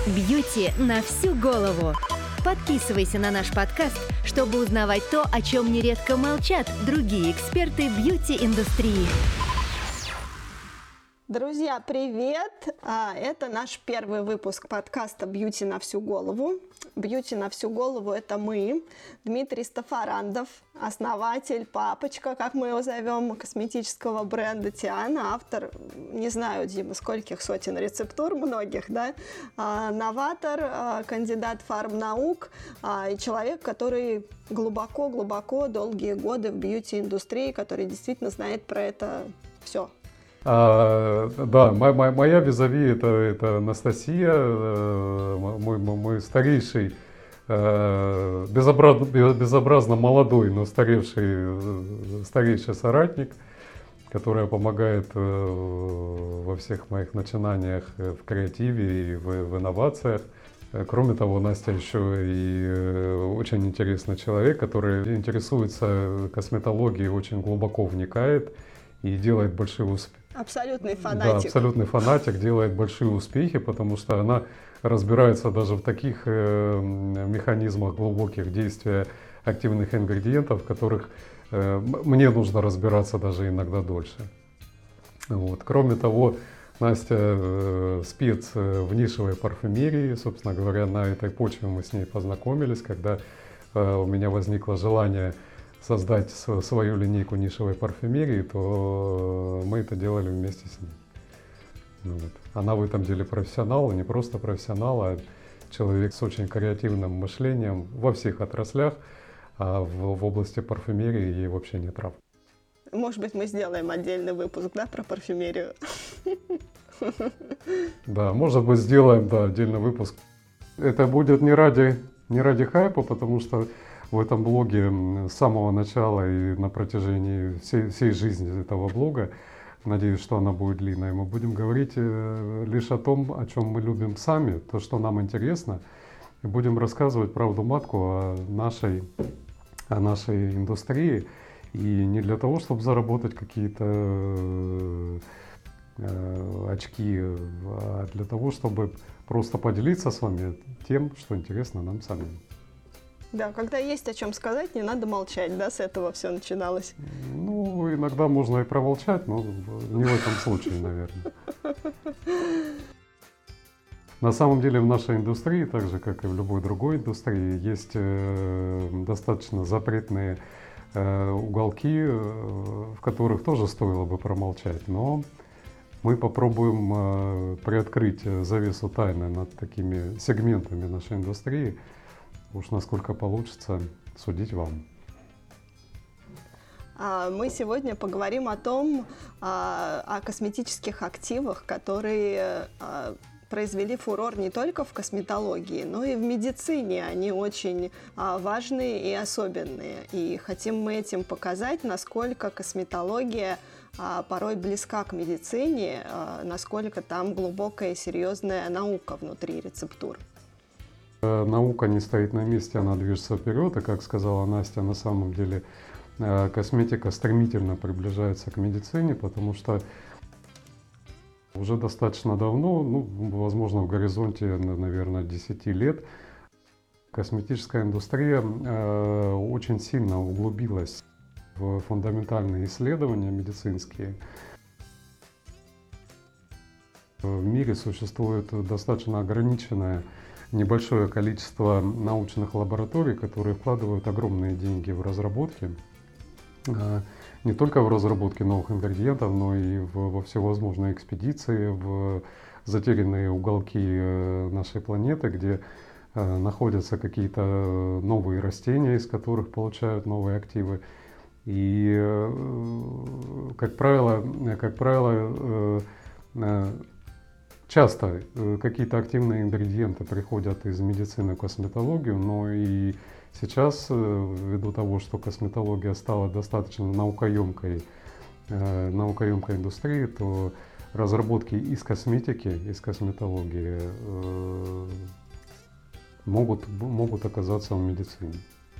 Бьюти на всю голову. Подписывайся на наш подкаст, чтобы узнавать то, о чем нередко молчат другие эксперты бьюти-индустрии. Друзья, привет! Это наш первый выпуск подкаста «Бьюти на всю голову». «Бьюти на всю голову» — это мы, Дмитрий Стафарандов, основатель, папочка, как мы его зовем, косметического бренда Тиана, автор, не знаю, Дима, скольких сотен рецептур, многих, да, новатор, кандидат фармнаук и человек, который глубоко-глубоко долгие годы в бьюти-индустрии, который действительно знает про это все. Да, моя визави это Анастасия, мой старейший, безобразно молодой, но старейший соратник, который помогает во всех моих начинаниях в креативе и в инновациях. Кроме того, Настя еще и очень интересный человек, который интересуется косметологией, очень глубоко вникает и делает большие успехи. Абсолютный фанатик. Да, абсолютный фанатик, делает большие успехи, потому что она разбирается даже в таких механизмах глубоких действия активных ингредиентов, в которых мне нужно разбираться даже иногда дольше. Вот. Кроме того, Настя спец в нишевой парфюмерии. Собственно говоря, на этой почве мы с ней познакомились, когда у меня возникло желание создать свою линейку нишевой парфюмерии, то мы это делали вместе с ней. Вот. Она в этом деле профессионал, не просто профессионал, а человек с очень креативным мышлением во всех отраслях, а в области парфюмерии ей вообще нет равных. Может быть, мы сделаем отдельный выпуск, да, про парфюмерию? Да, может быть, сделаем, да, отдельный выпуск. Это будет не ради хайпа, потому что в этом блоге с самого начала и на протяжении всей жизни этого блога, надеюсь, что она будет длинной, мы будем говорить лишь о том, о чем мы любим сами, то, что нам интересно, и будем рассказывать правду матку о нашей индустрии, и не для того, чтобы заработать какие-то очки, а для того, чтобы просто поделиться с вами тем, что интересно нам самим. Да, когда есть о чем сказать, не надо молчать, да, с этого все начиналось. Ну, иногда можно и промолчать, но не в этом случае, наверное. На самом деле в нашей индустрии, так же как и в любой другой индустрии, есть достаточно запретные уголки, в которых тоже стоило бы промолчать, но мы попробуем приоткрыть завесу тайны над такими сегментами нашей индустрии. Уж насколько получится, судить вам. Мы сегодня поговорим о том, о косметических активах, которые произвели фурор не только в косметологии, но и в медицине. Они очень важные и особенные. И хотим мы этим показать, насколько косметология порой близка к медицине, насколько там глубокая и серьезная наука внутри рецептур. Наука не стоит на месте, она движется вперед, и, как сказала Настя, на самом деле косметика стремительно приближается к медицине, потому что уже достаточно давно, возможно, в горизонте, наверное, 10 лет, косметическая индустрия очень сильно углубилась в фундаментальные исследования медицинские. В мире существует достаточно ограниченное небольшое количество научных лабораторий, которые вкладывают огромные деньги в разработки, не только в разработке новых ингредиентов, но и во всевозможные экспедиции, в затерянные уголки нашей планеты, где находятся какие-то новые растения, из которых получают новые активы. И, как правило, часто какие-то активные ингредиенты приходят из медицины в косметологию, но и сейчас, ввиду того, что косметология стала достаточно наукоемкой индустрией, то разработки из косметики, из косметологии могут оказаться в медицине.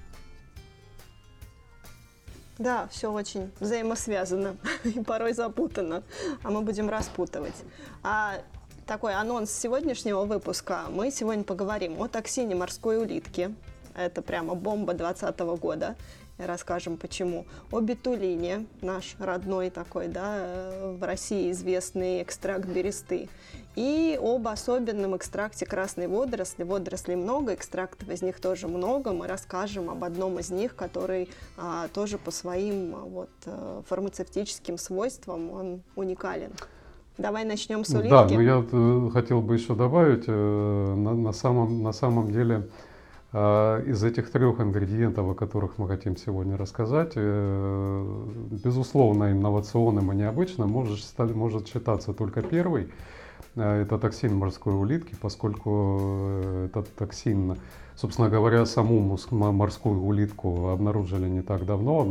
Да, все очень взаимосвязано и порой запутано, а мы будем распутывать. Такой анонс сегодняшнего выпуска. Мы сегодня поговорим о токсине морской улитки. Это прямо бомба 2020 года. И расскажем почему. О бетулине, наш родной такой, да, в России известный экстракт бересты. И об особенном экстракте красной водоросли. Водорослей много, экстрактов из них тоже много. Мы расскажем об одном из них, который тоже по своим фармацевтическим свойствам он уникален. Давай начнем с улитки. Да, но я хотел бы еще добавить, на самом деле из этих 3 ингредиентов, о которых мы хотим сегодня рассказать, безусловно, инновационным и необычным может считаться только первый. Это токсин морской улитки, поскольку этот токсин, собственно говоря, саму морскую улитку обнаружили не так давно,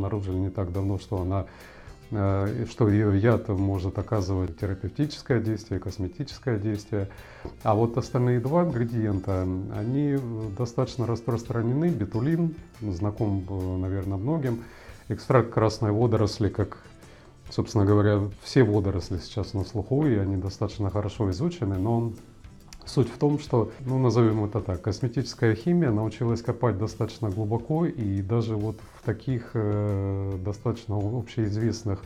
что ее яд может оказывать терапевтическое действие, косметическое действие. А вот остальные 2 ингредиента, они достаточно распространены. Бетулин, знаком, наверное, многим. Экстракт красной водоросли, как, собственно говоря, все водоросли сейчас на слуху, и они достаточно хорошо изучены, но суть в том, что, назовем это так, косметическая химия научилась копать достаточно глубоко, и даже вот в таких достаточно общеизвестных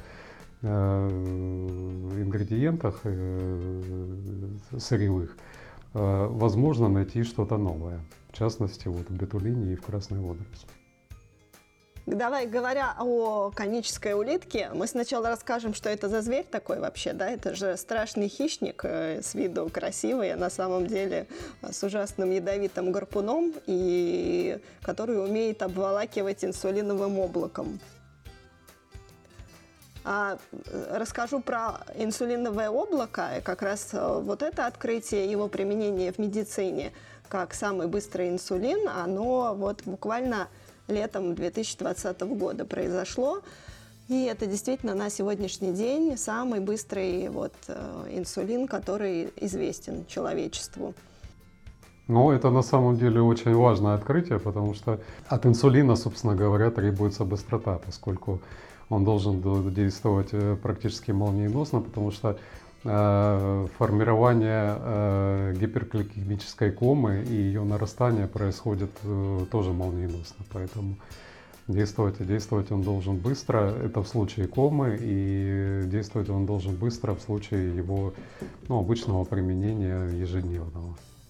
ингредиентах сырьевых возможно найти что-то новое, в частности, вот в бетулине и в красной водоросли. Давай, говоря о конической улитке, мы сначала расскажем, что это за зверь такой вообще, да? Это же страшный хищник, с виду красивый, а на самом деле с ужасным ядовитым гарпуном, и который умеет обволакивать инсулиновым облаком. Расскажу про инсулиновое облако, как раз вот это открытие, его применение в медицине, как самый быстрый инсулин, оно вот буквально летом 2020 года произошло. И это действительно на сегодняшний день самый быстрый инсулин, который известен человечеству. Но это на самом деле очень важное открытие, потому что от инсулина, собственно говоря, требуется быстрота, поскольку он должен действовать практически молниеносно, потому что формирование гипергликемической комы и ее нарастание происходит тоже молниеносно, поэтому действовать он должен быстро, это в случае комы, и действовать он должен быстро в случае его обычного применения ежедневного.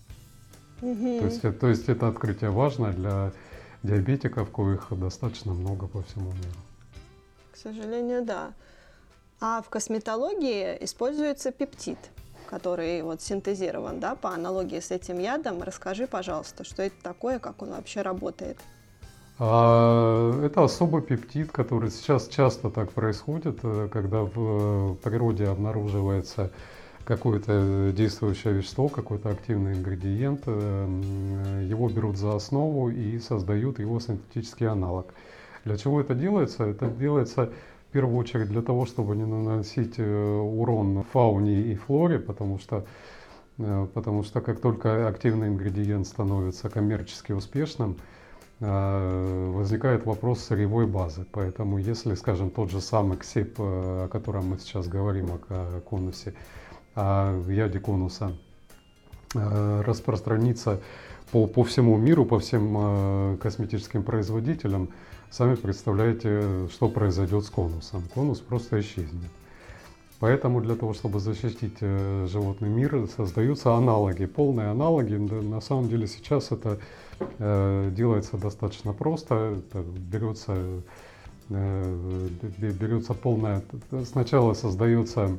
То есть это открытие важно для диабетиков, коих достаточно много по всему миру. К сожалению, да. А в косметологии используется пептид, который синтезирован, да, по аналогии с этим ядом. Расскажи, пожалуйста, что это такое, как он вообще работает. Это особый пептид, который сейчас часто так происходит, когда в природе обнаруживается какое-то действующее вещество, какой-то активный ингредиент, его берут за основу и создают его синтетический аналог. Для чего это делается? Это делается в первую очередь для того, чтобы не наносить урон фауне и флоре, потому что как только активный ингредиент становится коммерчески успешным, возникает вопрос сырьевой базы. Поэтому если, скажем, тот же самый ксеп, о котором мы сейчас говорим, о конусе, в яде конуса, распространится по всему миру, по всем косметическим производителям, сами представляете, что произойдет с конусом. Конус просто исчезнет. Поэтому для того, чтобы защитить животный мир, создаются аналоги, полные аналоги. На самом деле сейчас это делается достаточно просто. Берется полная... Сначала создается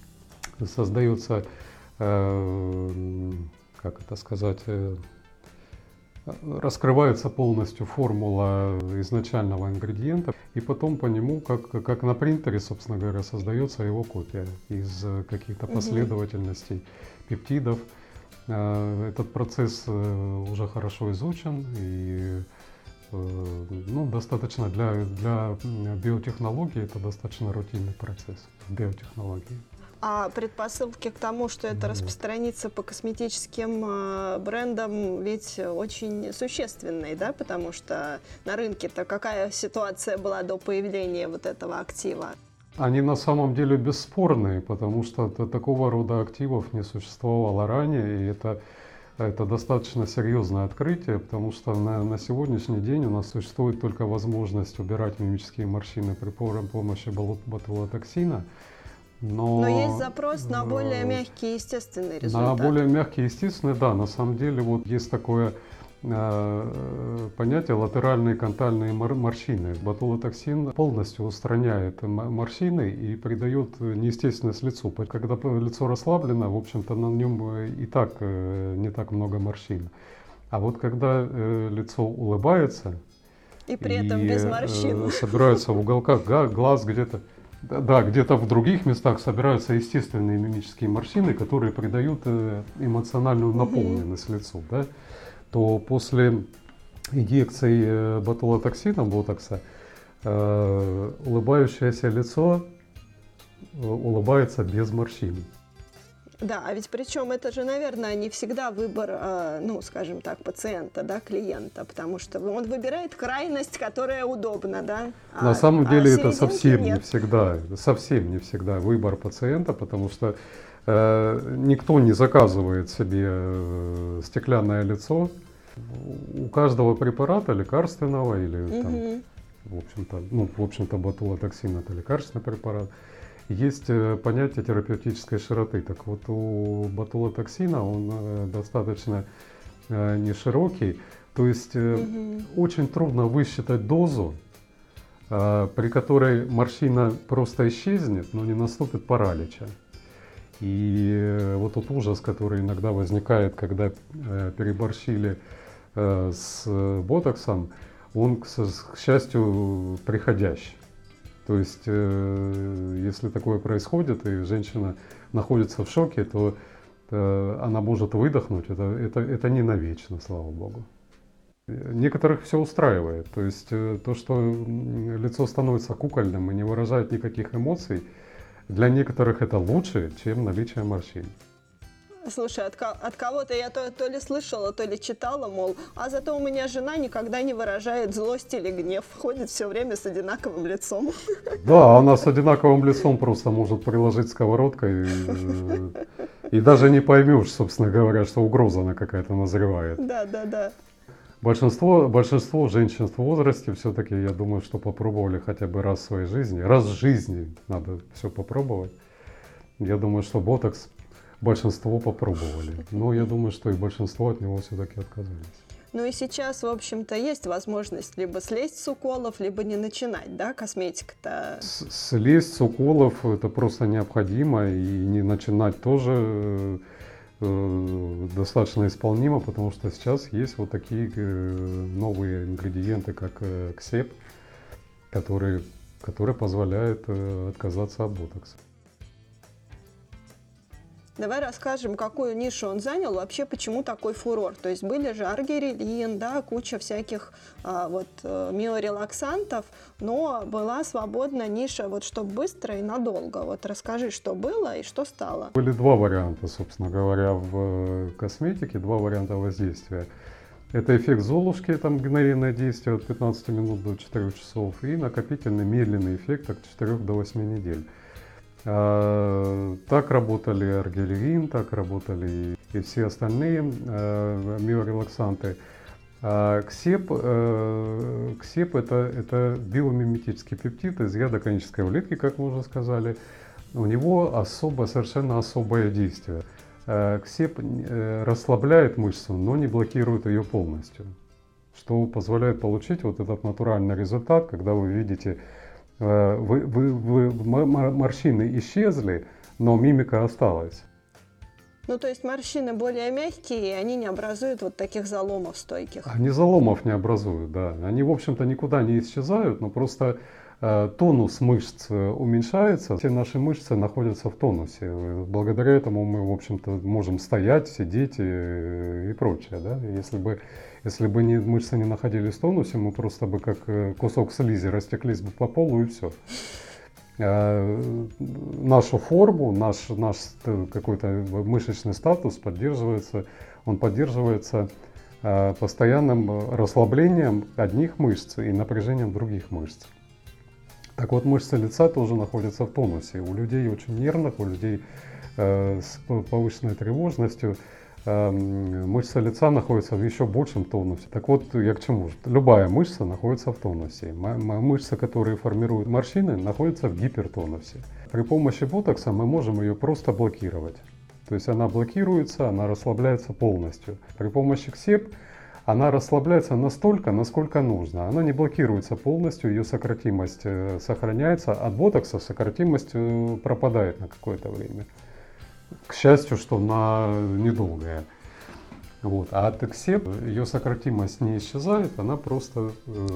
как это сказать, раскрывается полностью формула изначального ингредиента, и потом по нему, как на принтере, собственно говоря, создается его копия из каких-то последовательностей пептидов. Этот процесс уже хорошо изучен и достаточно для биотехнологии это достаточно рутинный процесс в биотехнологии. А предпосылки к тому, что это распространится по косметическим брендам, ведь очень существенные, да? Потому что на рынке-то какая ситуация была до появления вот этого актива? Они на самом деле бесспорные, потому что такого рода активов не существовало ранее, и это достаточно серьезное открытие, потому что на сегодняшний день у нас существует только возможность убирать мимические морщины при помощи ботулотоксина. Но есть запрос на более мягкий естественный результат. На более мягкий естественный, да. На самом деле вот есть такое понятие латеральные кантальные морщины. Ботулотоксин полностью устраняет морщины и придает неестественность лицу. Когда лицо расслаблено, в общем-то на нем и так не так много морщин. А вот когда лицо улыбается и при этом без морщин, собираются в уголках глаз где-то, да, где-то в других местах собираются естественные мимические морщины, которые придают эмоциональную наполненность лицу, да, то после инъекции ботулотоксина, ботокса, улыбающееся лицо улыбается без морщин. Да, а ведь причем это же, наверное, не всегда выбор, ну, скажем так, пациента, да, клиента, потому что он выбирает крайность, которая удобна, да. На самом деле это совсем нет. не всегда выбор пациента, потому что никто не заказывает себе стеклянное лицо. У каждого препарата лекарственного или там, в общем-то ботулотоксин это лекарственный препарат. Есть понятие терапевтической широты. Так вот, у ботулотоксина он достаточно не широкий. То есть очень трудно высчитать дозу, при которой морщина просто исчезнет, но не наступит паралича. И вот тот ужас, который иногда возникает, когда переборщили с ботоксом, он, к счастью, приходящий. То есть, если такое происходит, и женщина находится в шоке, то она может выдохнуть. Это не навечно, слава богу. Некоторых все устраивает. То есть, то, что лицо становится кукольным и не выражает никаких эмоций, для некоторых это лучше, чем наличие морщин. Слушай, от кого-то я то ли слышала, то ли читала, мол, а зато у меня жена никогда не выражает злость или гнев, ходит все время с одинаковым лицом. Да, она с одинаковым лицом просто может приложить сковородкой, и даже не поймешь, собственно говоря, что угроза она какая-то назревает. Да. Большинство женщин в возрасте все-таки, я думаю, что попробовали хотя бы раз в своей жизни. Раз в жизни надо все попробовать. Я думаю, что ботокс большинство попробовали. Но я думаю, что и большинство от него все-таки отказались. Ну и сейчас, в общем-то, есть возможность либо слезть с уколов, либо не начинать, да, косметика-то? Слезть с уколов это просто необходимо, и не начинать тоже достаточно исполнимо, потому что сейчас есть вот такие новые ингредиенты, как КСЕП, которые позволяют отказаться от ботокса. Давай расскажем, какую нишу он занял, вообще почему такой фурор. То есть были же аргирелин, да, куча всяких миорелаксантов, но была свободна ниша, вот чтобы быстро и надолго. Вот расскажи, что было и что стало. Были два варианта, собственно говоря, в косметике, два варианта воздействия. Это эффект Золушки, это мгновенное действие от 15 минут до 4 часов, и накопительный медленный эффект от 4 до 8 недель. Так работали аргирелин, так работали и все остальные миорелаксанты. КСЕП это биомиметический пептид из яда конической улитки, как мы уже сказали. У него совершенно особое действие. КСЕП расслабляет мышцу, но не блокирует ее полностью, что позволяет получить вот этот натуральный результат, когда вы видите, морщины исчезли, но мимика осталась. Ну, то есть морщины более мягкие, и они не образуют вот таких заломов стойких. Они заломов не образуют, да. Они, в общем-то, никуда не исчезают, но просто тонус мышц уменьшается. Все наши мышцы находятся в тонусе. Благодаря этому мы, в общем-то, можем стоять, сидеть и прочее, да. Если бы мышцы не находились в тонусе, мы просто бы как кусок слизи растеклись бы по полу и все. Нашу форму, наш какой-то мышечный статус поддерживается постоянным расслаблением одних мышц и напряжением других мышц. Так вот, мышцы лица тоже находятся в тонусе. У людей очень нервных, у людей с повышенной тревожностью мышцы лица находятся в еще большем тонусе. Так вот, я к чему? Любая мышца находится в тонусе. Мышцы, которые формируют морщины, находятся в гипертонусе. При помощи ботокса мы можем ее просто блокировать. То есть она блокируется, она расслабляется полностью. При помощи КСЕП она расслабляется настолько, насколько нужно. Она не блокируется полностью, ее сократимость сохраняется. От ботокса сократимость пропадает на какое-то время. К счастью, что на недолгое. Вот. А от КСЕП ее сократимость не исчезает, она просто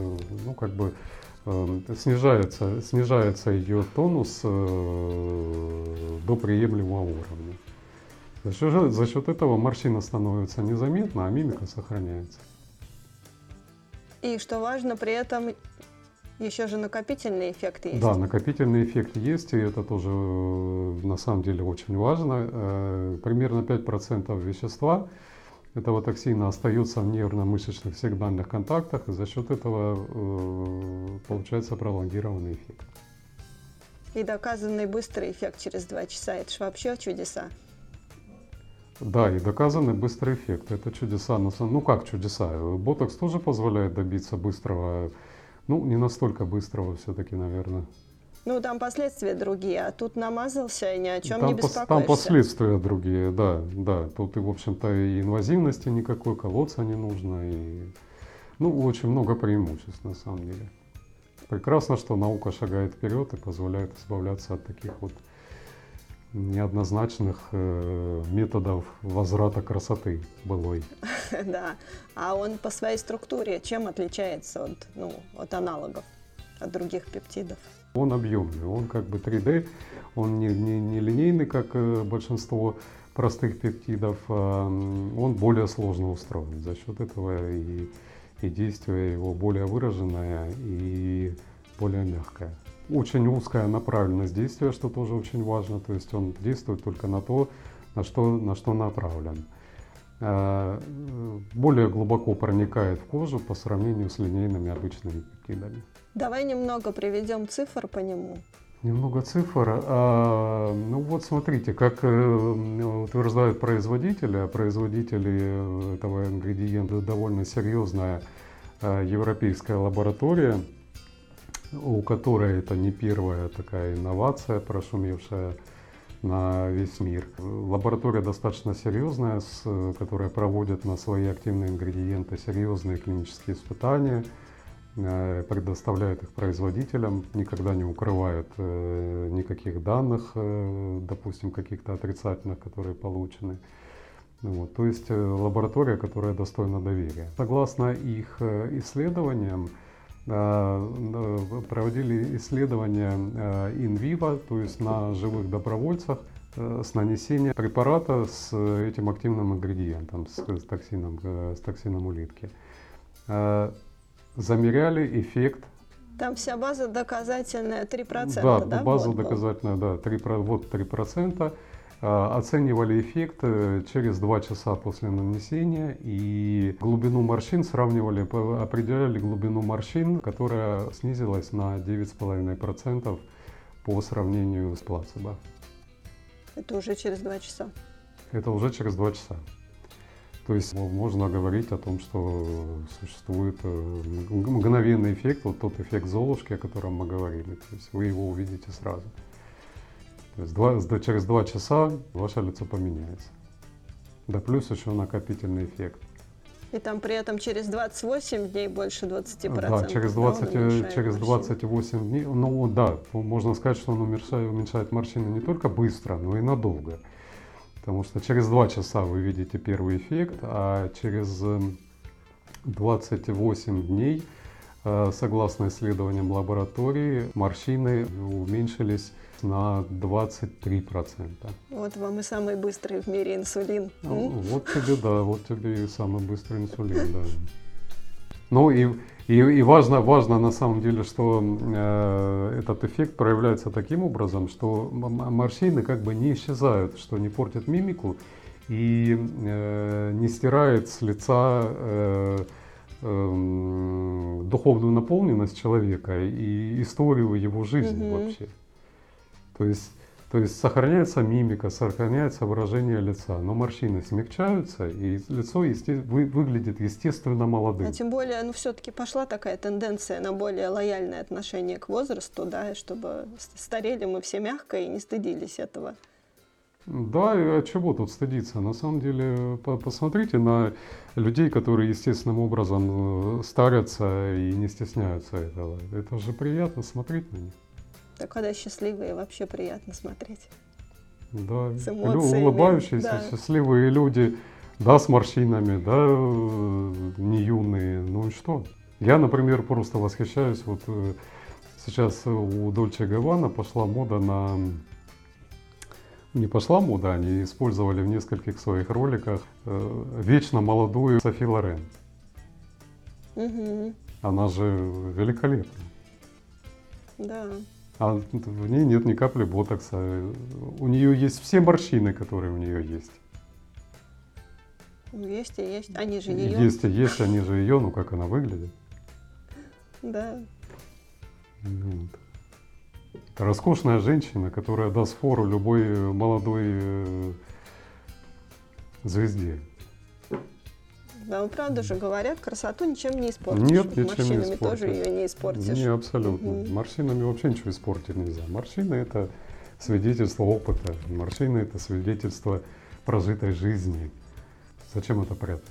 снижается ее тонус до приемлемого уровня. За счет этого морщина становится незаметна, а мимика сохраняется. И что важно, при этом еще же накопительный эффект есть. Да, накопительный эффект есть, и это тоже на самом деле очень важно. Примерно 5% вещества этого токсина остается в нервно-мышечных сигнальных контактах, и за счет этого получается пролонгированный эффект. И доказанный быстрый эффект через 2 часа. Это ж вообще чудеса. Да, и доказанный быстрый эффект. Это чудеса. Ну как чудеса? Ботокс тоже позволяет добиться быстрого, ну не настолько быстрого все-таки, наверное. Ну там последствия другие, а тут намазался и ни о чем не беспокоишься. Там последствия другие, да. Тут и, в общем-то, и инвазивности никакой, колоться не нужно. И, очень много преимуществ на самом деле. Прекрасно, что наука шагает вперед и позволяет избавляться от таких вот неоднозначных методов возврата красоты былой. Да, а он по своей структуре чем отличается от аналогов, от других пептидов? Он объемный, он как бы 3D, он не линейный, как большинство простых пептидов, он более сложно устроен. За счет этого и действие его более выраженное и более мягкое. Очень узкая направленность действия, что тоже очень важно, то есть он действует только на то, на что направлен. Более глубоко проникает в кожу по сравнению с линейными обычными пептидами. Давай немного приведем цифр по нему. Немного цифр. Вот смотрите, как утверждают производители, производители этого ингредиента довольно серьезная европейская лаборатория, у которой это не первая такая инновация, прошумевшая на весь мир. Лаборатория достаточно серьезная, которая проводит на свои активные ингредиенты серьезные клинические испытания, предоставляет их производителям, никогда не укрывает никаких данных, допустим, каких-то отрицательных, которые получены. То есть лаборатория, которая достойна доверия. Согласно их исследованиям, проводили исследования in-vivo, то есть на живых добровольцах, с нанесением препарата с этим активным ингредиентом, с токсином улитки. Замеряли эффект. Там вся база доказательная 3%, да? Да, база доказательная, да, 3%. Оценивали эффект через 2 часа после нанесения, и глубину морщин сравнивали, определяли глубину морщин, которая снизилась на 9,5% по сравнению с плацебо. Это уже через 2 часа? Это уже через 2 часа. То есть можно говорить о том, что существует мгновенный эффект, вот тот эффект Золушки, о котором мы говорили. То есть вы его увидите сразу. То есть через 2 часа ваше лицо поменяется. Да плюс еще накопительный эффект. И там при этом через 28 дней больше 20%. Да, через 28 дней. Можно сказать, что он уменьшает морщины не только быстро, но и надолго. Потому что через 2 часа вы видите первый эффект, а через 28 дней, согласно исследованиям лаборатории, морщины уменьшились на 23%. Вот вам и самый быстрый в мире инсулин. Вот тебе и самый быстрый инсулин, да. Ну и важно на самом деле, что этот эффект проявляется таким образом, что морщины как бы не исчезают, что не портят мимику и не стирает с лица духовную наполненность человека и историю его жизни вообще. То есть сохраняется мимика, сохраняется выражение лица, но морщины смягчаются, и лицо выглядит естественно молодым. А тем более, ну все-таки пошла такая тенденция на более лояльное отношение к возрасту, да, чтобы старели мы все мягко и не стыдились этого. Да, и от чего тут стыдиться? На самом деле, посмотрите на людей, которые естественным образом старятся и не стесняются этого. Это же приятно смотреть на них. Да, когда счастливые, вообще приятно смотреть. Да, с эмоциями, улыбающиеся, да. счастливые люди, да, с морщинами, да, не юные, ну и что? Я, например, просто восхищаюсь, вот сейчас у Дольче Габбана пошла мода на... Не пошла мода, они использовали в нескольких своих роликах вечно молодую Софи Лорен. Угу. Она же великолепна. Да. А в ней нет ни капли ботокса. У нее есть все морщины, которые у нее есть. Есть и есть. Они же ее. Есть и есть, они же ее, ну как она выглядит. Да. Вот. Это роскошная женщина, которая даст фору любой молодой звезде. Да, ну правда же говорят, красоту ничем не испортишь. Нет, Вот ничем не морщинами испортишь. тоже ее не испортишь. Не, абсолютно. Мгм. Морщинами вообще ничего испортить нельзя. Морщины — это свидетельство опыта. Морщины — это свидетельство прожитой жизни. Зачем это прятать?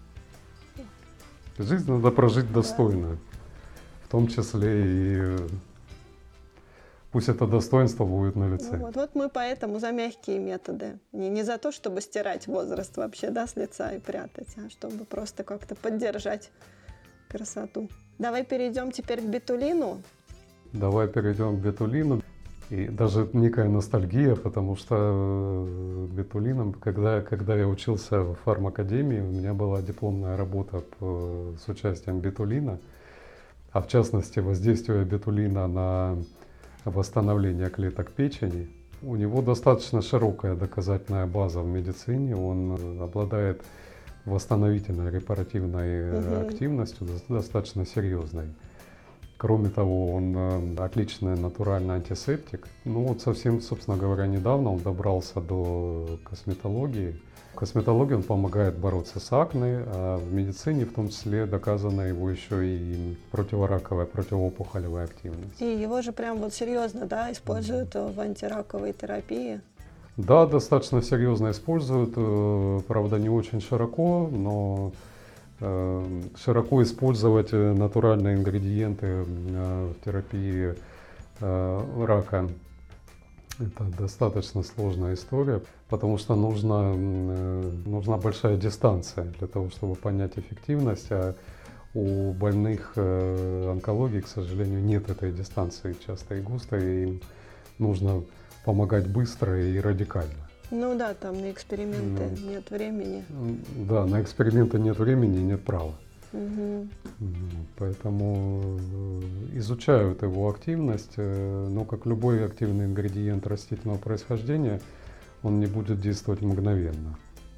Жизнь надо прожить достойно. В том числе и пусть это достоинство будет на лице. Ну вот мы поэтому за мягкие методы. Не за то, чтобы стирать возраст вообще, да, с лица и прятать, а чтобы просто как-то поддержать красоту. Давай перейдем теперь к бетулину. Давай перейдем к бетулину. И даже некая ностальгия, потому что бетулином, когда я учился в фармакадемии, у меня была дипломная работа с участием бетулина, а в частности воздействие бетулина на восстановление клеток печени. У него достаточно широкая доказательная база в медицине, он обладает восстановительной репаративной активностью, достаточно серьезной. Кроме того, он отличный натуральный антисептик. Ну вот совсем, собственно говоря, недавно он добрался до косметологии. В косметологии он помогает бороться с акне, а в медицине в том числе доказана его еще и противораковая, противоопухолевая активность. И его же прям вот серьезно, да, используют в антираковой терапии. Да, достаточно серьезно используют, правда не очень широко, но широко использовать натуральные ингредиенты в терапии рака — это достаточно сложная история, потому что нужна большая дистанция для того, чтобы понять эффективность, а у больных онкологии, к сожалению, нет этой дистанции часто и густо, и им нужно помогать быстро и радикально. Ну да, там на эксперименты нет времени. Да, на эксперименты нет времени и нет права. Угу. Поэтому изучают его активность, но как любой активный ингредиент растительного происхождения, он не будет действовать мгновенно.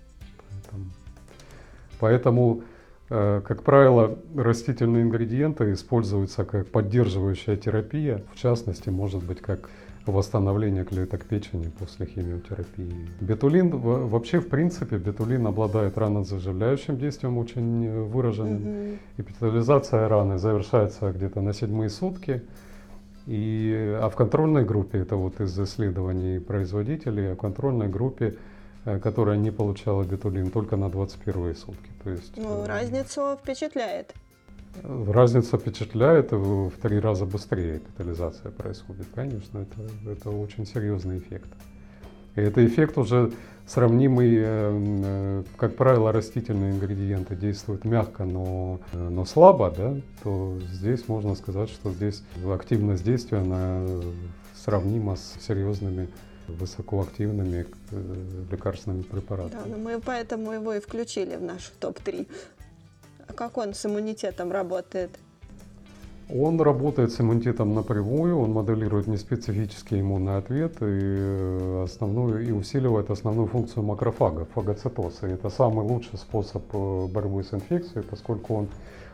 Поэтому, как правило, растительные ингредиенты используются как поддерживающая терапия, в частности, может быть, как восстановление клеток печени после химиотерапии. Бетулин, вообще, в принципе, бетулин обладает ранозаживляющим действием очень выраженным. Эпителизация раны завершается где-то на 7-е сутки. А в контрольной группе, это вот из исследований производителей, в контрольной группе, которая не получала бетулин, только на 21-е сутки. То есть, Ну, разницу впечатляет. Разница впечатляет, в 3 раза быстрее эпителизация происходит. Конечно, это очень серьезный эффект. И это эффект уже сравнимый, как правило, растительные ингредиенты действуют мягко, но слабо, да, то здесь можно сказать, что здесь активность действия она сравнима с серьезными высокоактивными лекарственными препаратами. Да, но мы поэтому его и включили в наш топ-3. А как он с иммунитетом работает? Он работает с иммунитетом напрямую, он моделирует неспецифический иммунный ответ и усиливает основную функцию макрофага — фагоцитоз. И это самый лучший способ борьбы с инфекцией, поскольку он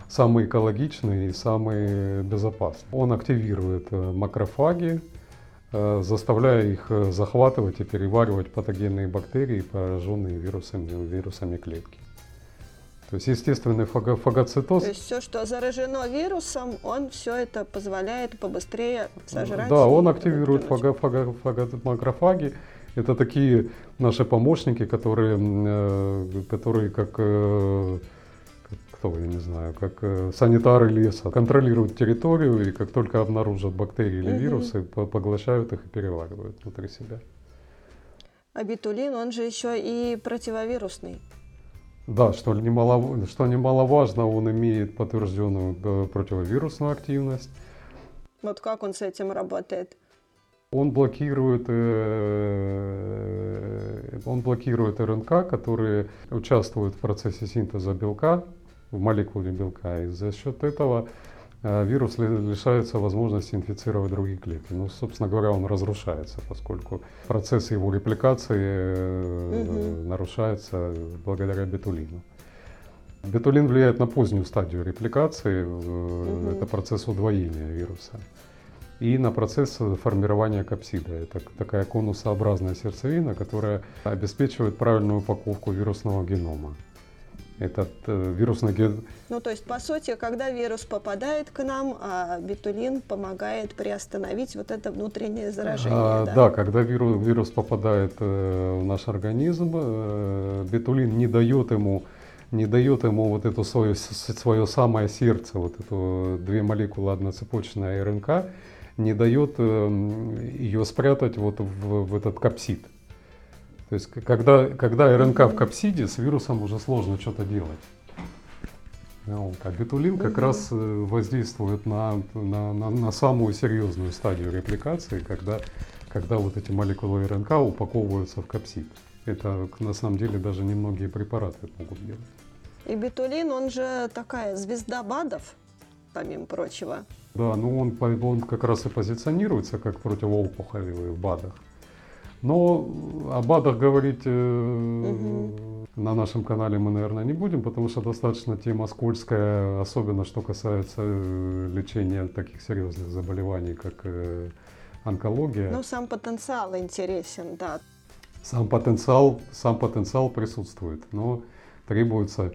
самый экологичный и самый безопасный. Он активирует макрофаги, заставляя их захватывать и переваривать патогенные бактерии, пораженные вирусами клетки. То есть естественный фагоцитоз. То есть все, что заражено вирусом, он все это позволяет побыстрее сожрать. Да, он активирует макрофаги. Это такие наши помощники, которые как, кто, я не знаю, как санитары леса, контролируют территорию и как только обнаружат бактерии или вирусы, поглощают их и переваривают внутри себя. А бетулин, он же еще и противовирусный. Да, что немаловажно, он имеет подтвержденную противовирусную активность. Вот как он с этим работает? Он блокирует РНК, которые участвуют в процессе синтеза белка, в молекуле белка, и за счет этого вирус лишается возможности инфицировать другие клетки. Ну, собственно говоря, он разрушается, поскольку процесс его репликации нарушается благодаря бетулину. Бетулин влияет на позднюю стадию репликации, это процесс удвоения вируса, и на процесс формирования капсида. Это такая конусообразная сердцевина, которая обеспечивает правильную упаковку вирусного генома. Этот вирусный геном... Ну, то есть, по сути, когда вирус попадает к нам, бетулин помогает приостановить вот это внутреннее заражение. Да, когда вирус попадает в наш организм, бетулин не дает ему вот это свое самое сердце, вот эту 2 молекулы одноцепочная РНК, не дает ее спрятать вот в этот капсид. То есть, когда РНК в капсиде, с вирусом уже сложно что-то делать. А бетулин как раз воздействует на самую серьезную стадию репликации, когда вот эти молекулы РНК упаковываются в капсид. Это на самом деле даже немногие препараты могут делать. И бетулин, он же такая звезда БАДов, помимо прочего. Да, ну он как раз и позиционируется как противоопухолевый в БАДах. Но о БАДах говорить на нашем канале мы, наверное, не будем, потому что достаточно тема скользкая, особенно что касается лечения таких серьезных заболеваний, как онкология. Ну, сам потенциал интересен, да. Сам потенциал присутствует, но требуются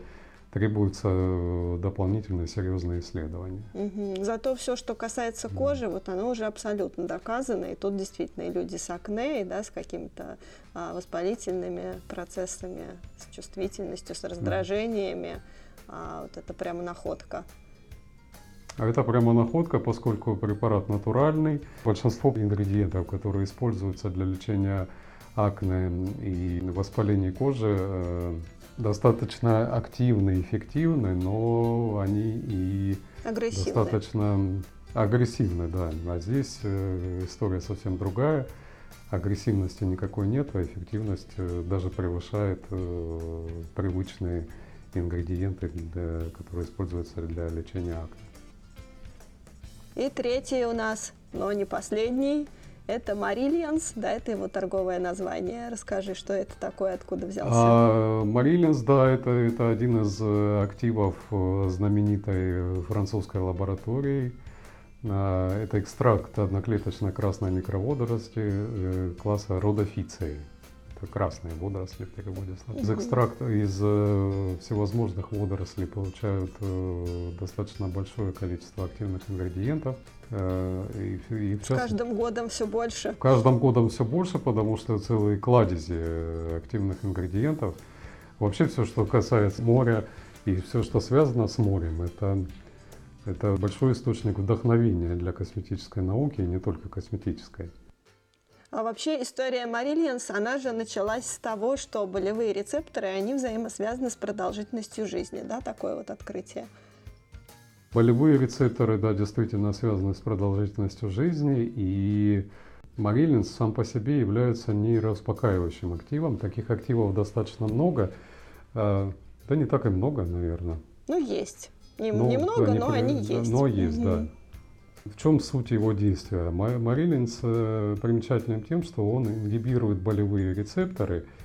дополнительные серьезные исследования. Зато все, что касается кожи, вот оно уже абсолютно доказано. И тут действительно и люди с акне, да, с какими-то воспалительными процессами, с чувствительностью, с раздражениями. Вот это прямо находка. А это прямо находка, поскольку препарат натуральный. Большинство ингредиентов, которые используются для лечения акне и воспаления кожи, достаточно активны и эффективны, но они и достаточно агрессивны, да. А здесь история совсем другая. Агрессивности никакой нет, а эффективность даже превышает привычные ингредиенты, которые используются для лечения акне. И третий у нас, но не последний, это Марильянс, да, это его торговое название. Расскажи, что это такое, откуда взялся. Марильянс, да, это один из активов знаменитой французской лаборатории. Это экстракт одноклеточной красной микроводоросли класса Rhodophyceae. Это красные водоросли в переводе. Из экстракта из всевозможных водорослей получают достаточно большое количество активных ингредиентов. И с каждым годом все больше. С каждым годом все больше, потому что целые кладези активных ингредиентов. Вообще все, что касается моря и все, что связано с морем, это большой источник вдохновения для косметической науки, и не только косметической. А вообще история Марильянс, она же началась с того, что болевые рецепторы, они взаимосвязаны с продолжительностью жизни, да, такое вот открытие. Болевые рецепторы, да, действительно связаны с продолжительностью жизни, и Марильянс сам по себе является нейроуспокаивающим активом. Таких активов достаточно много, да не так и много, наверное. Ну, есть. Немного, но они есть. Но есть, да. В чем суть его действия? Марильянс примечателен тем, что он ингибирует болевые рецепторы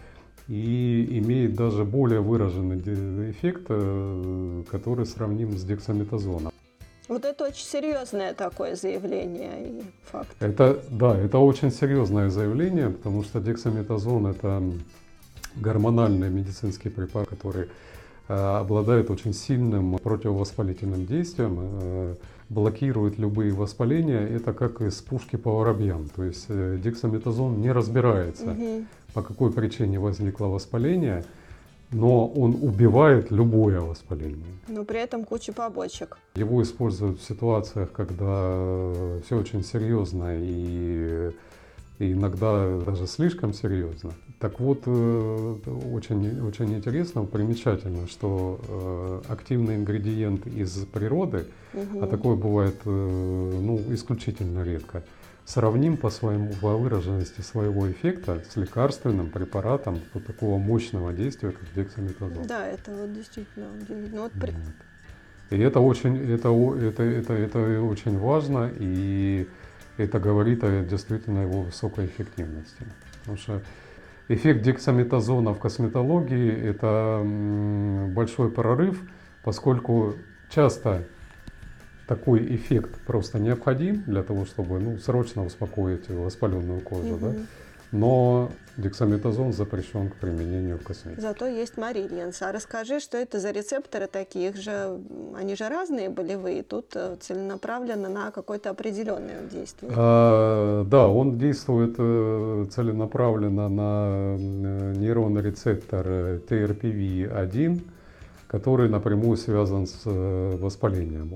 и имеет даже более выраженный эффект, который сравним с дексаметазоном. Вот это очень серьезное такое заявление и факт. Это очень серьезное заявление, потому что дексаметазон – это гормональный медицинский препарат, который обладает очень сильным противовоспалительным действием, блокирует любые воспаления. Это как из пушки по воробьям. То есть дексаметазон не разбирается, по какой причине возникло воспаление, но он убивает любое воспаление. Но при этом куча побочек. Его используют в ситуациях, когда все очень серьезно и иногда даже слишком серьезно. Так вот, очень, очень интересно, примечательно, что активный ингредиент из природы, а такое бывает исключительно редко, сравним по выраженности своего эффекта с лекарственным препаратом вот такого мощного действия, как дексаметазон. Да, это вот действительно удивительно. И это очень важно, и это говорит действительно о его высокой эффективности. Потому что эффект дексаметазона в косметологии – это большой прорыв, поскольку часто такой эффект просто необходим для того, чтобы срочно успокоить воспаленную кожу. Да? Но дексаметазон запрещен к применению в косметике. Зато есть Марильянс. А расскажи, что это за рецепторы такие? Они же разные болевые, тут целенаправленно на какое-то определенное действие. Да, он действует целенаправленно на нейронный рецептор TRPV1, который напрямую связан с воспалением.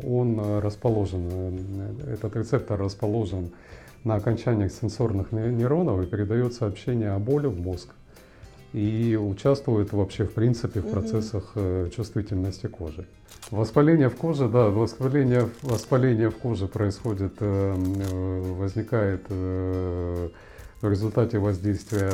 Этот рецептор расположен на окончаниях сенсорных нейронов и передает сообщение о боли в мозг. И участвует вообще в принципе в процессах чувствительности кожи. Воспаление в коже, да, воспаление в коже возникает в результате воздействия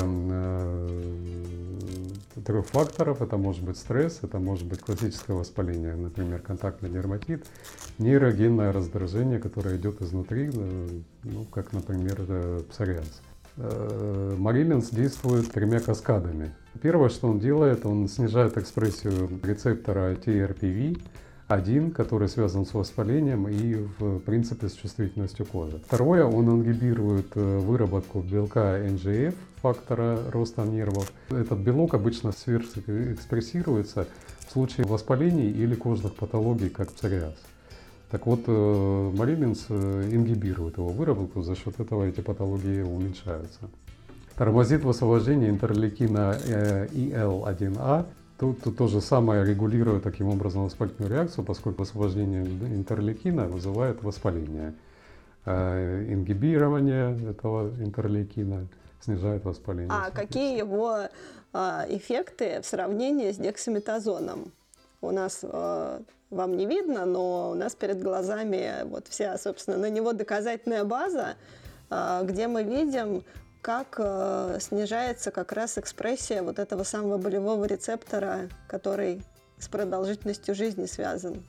3 факторов. Это может быть стресс, это может быть классическое воспаление, например, контактный дерматит, нейрогенное раздражение, которое идет изнутри, как, например, псориаз. Марильянс действует 3 каскадами. Первое, что он делает, он снижает экспрессию рецептора TRPV1, который связан с воспалением и, в принципе, с чувствительностью кожи. Второе, он ингибирует выработку белка NGF, фактора роста нервов. Этот белок обычно сверхэкспрессируется в случае воспалений или кожных патологий, как псориаз. Так вот, Марильянс ингибирует его выработку, за счет этого эти патологии уменьшаются. Тормозит высвобождение интерлейкина IL-1A. Тут то же самое регулирует таким образом воспалительную реакцию, поскольку высвобождение интерлейкина вызывает воспаление. Ингибирование этого интерлейкина снижает воспаление. А какие его эффекты в сравнении с дексаметазоном? У нас вам не видно, но у нас перед глазами вот вся, собственно, на него доказательная база, где мы видим, как снижается как раз экспрессия вот этого самого болевого рецептора, который с продолжительностью жизни связан.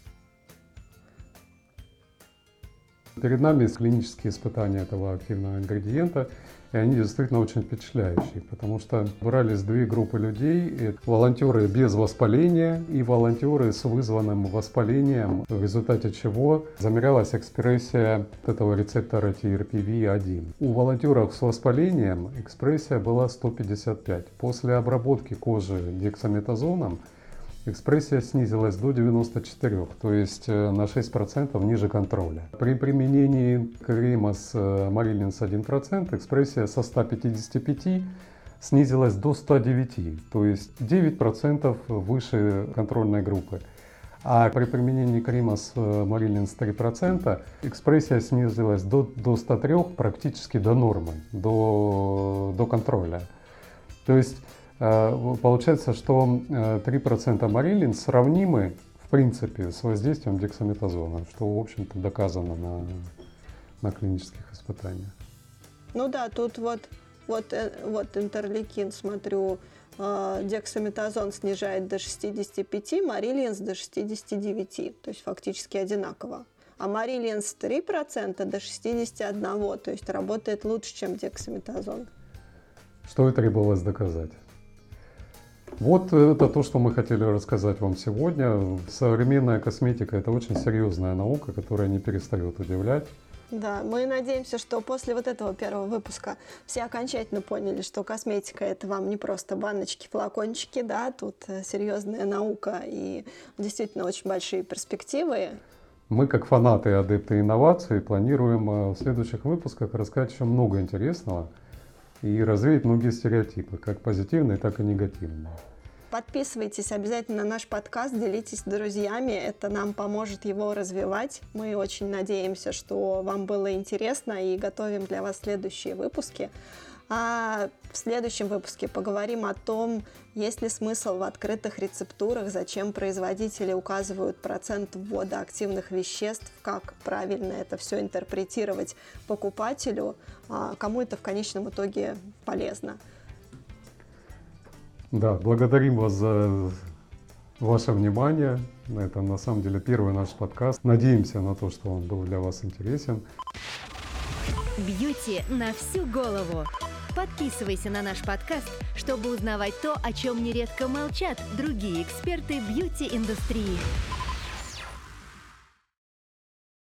Перед нами есть клинические испытания этого активного ингредиента, и они действительно очень впечатляющие, потому что брались 2 группы людей, волонтеры без воспаления и волонтеры с вызванным воспалением, в результате чего замерялась экспрессия этого рецептора TRPV1. У волонтеров с воспалением экспрессия была 155. После обработки кожи дексаметазоном экспрессия снизилась до 94, то есть на 6% ниже контроля. При применении крема с Марильянс 1% экспрессия со 155 снизилась до 109, то есть 9% выше контрольной группы. А при применении крема с Марильянс 3% экспрессия снизилась до 103, практически до нормы, до контроля. То есть получается, что 3% Марильянс сравнимы в принципе с воздействием дексаметазона, что в общем-то доказано на клинических испытаниях. Ну да, тут вот интерлейкин, смотрю, дексаметазон снижает до 65, Марильянс до 69, то есть фактически одинаково. А Марильянс 3% до 61, то есть работает лучше, чем дексаметазон. Что и требовалось доказать. Вот это то, что мы хотели рассказать вам сегодня. Современная косметика – это очень серьезная наука, которая не перестает удивлять. Да, мы надеемся, что после вот этого первого выпуска все окончательно поняли, что косметика – это вам не просто баночки, флакончики, да, тут серьезная наука и действительно очень большие перспективы. Мы, как фанаты и адепты инноваций, планируем в следующих выпусках рассказать еще много интересного и развеять многие стереотипы, как позитивные, так и негативные. Подписывайтесь обязательно на наш подкаст, делитесь с друзьями, это нам поможет его развивать. Мы очень надеемся, что вам было интересно и готовим для вас следующие выпуски. А в следующем выпуске поговорим о том, есть ли смысл в открытых рецептурах, зачем производители указывают процент ввода активных веществ, как правильно это все интерпретировать покупателю, кому это в конечном итоге полезно. Да, благодарим вас за ваше внимание. Это на самом деле первый наш подкаст. Надеемся на то, что он был для вас интересен. Бьюти на всю голову. Подписывайся на наш подкаст, чтобы узнавать то, о чем нередко молчат другие эксперты бьюти-индустрии.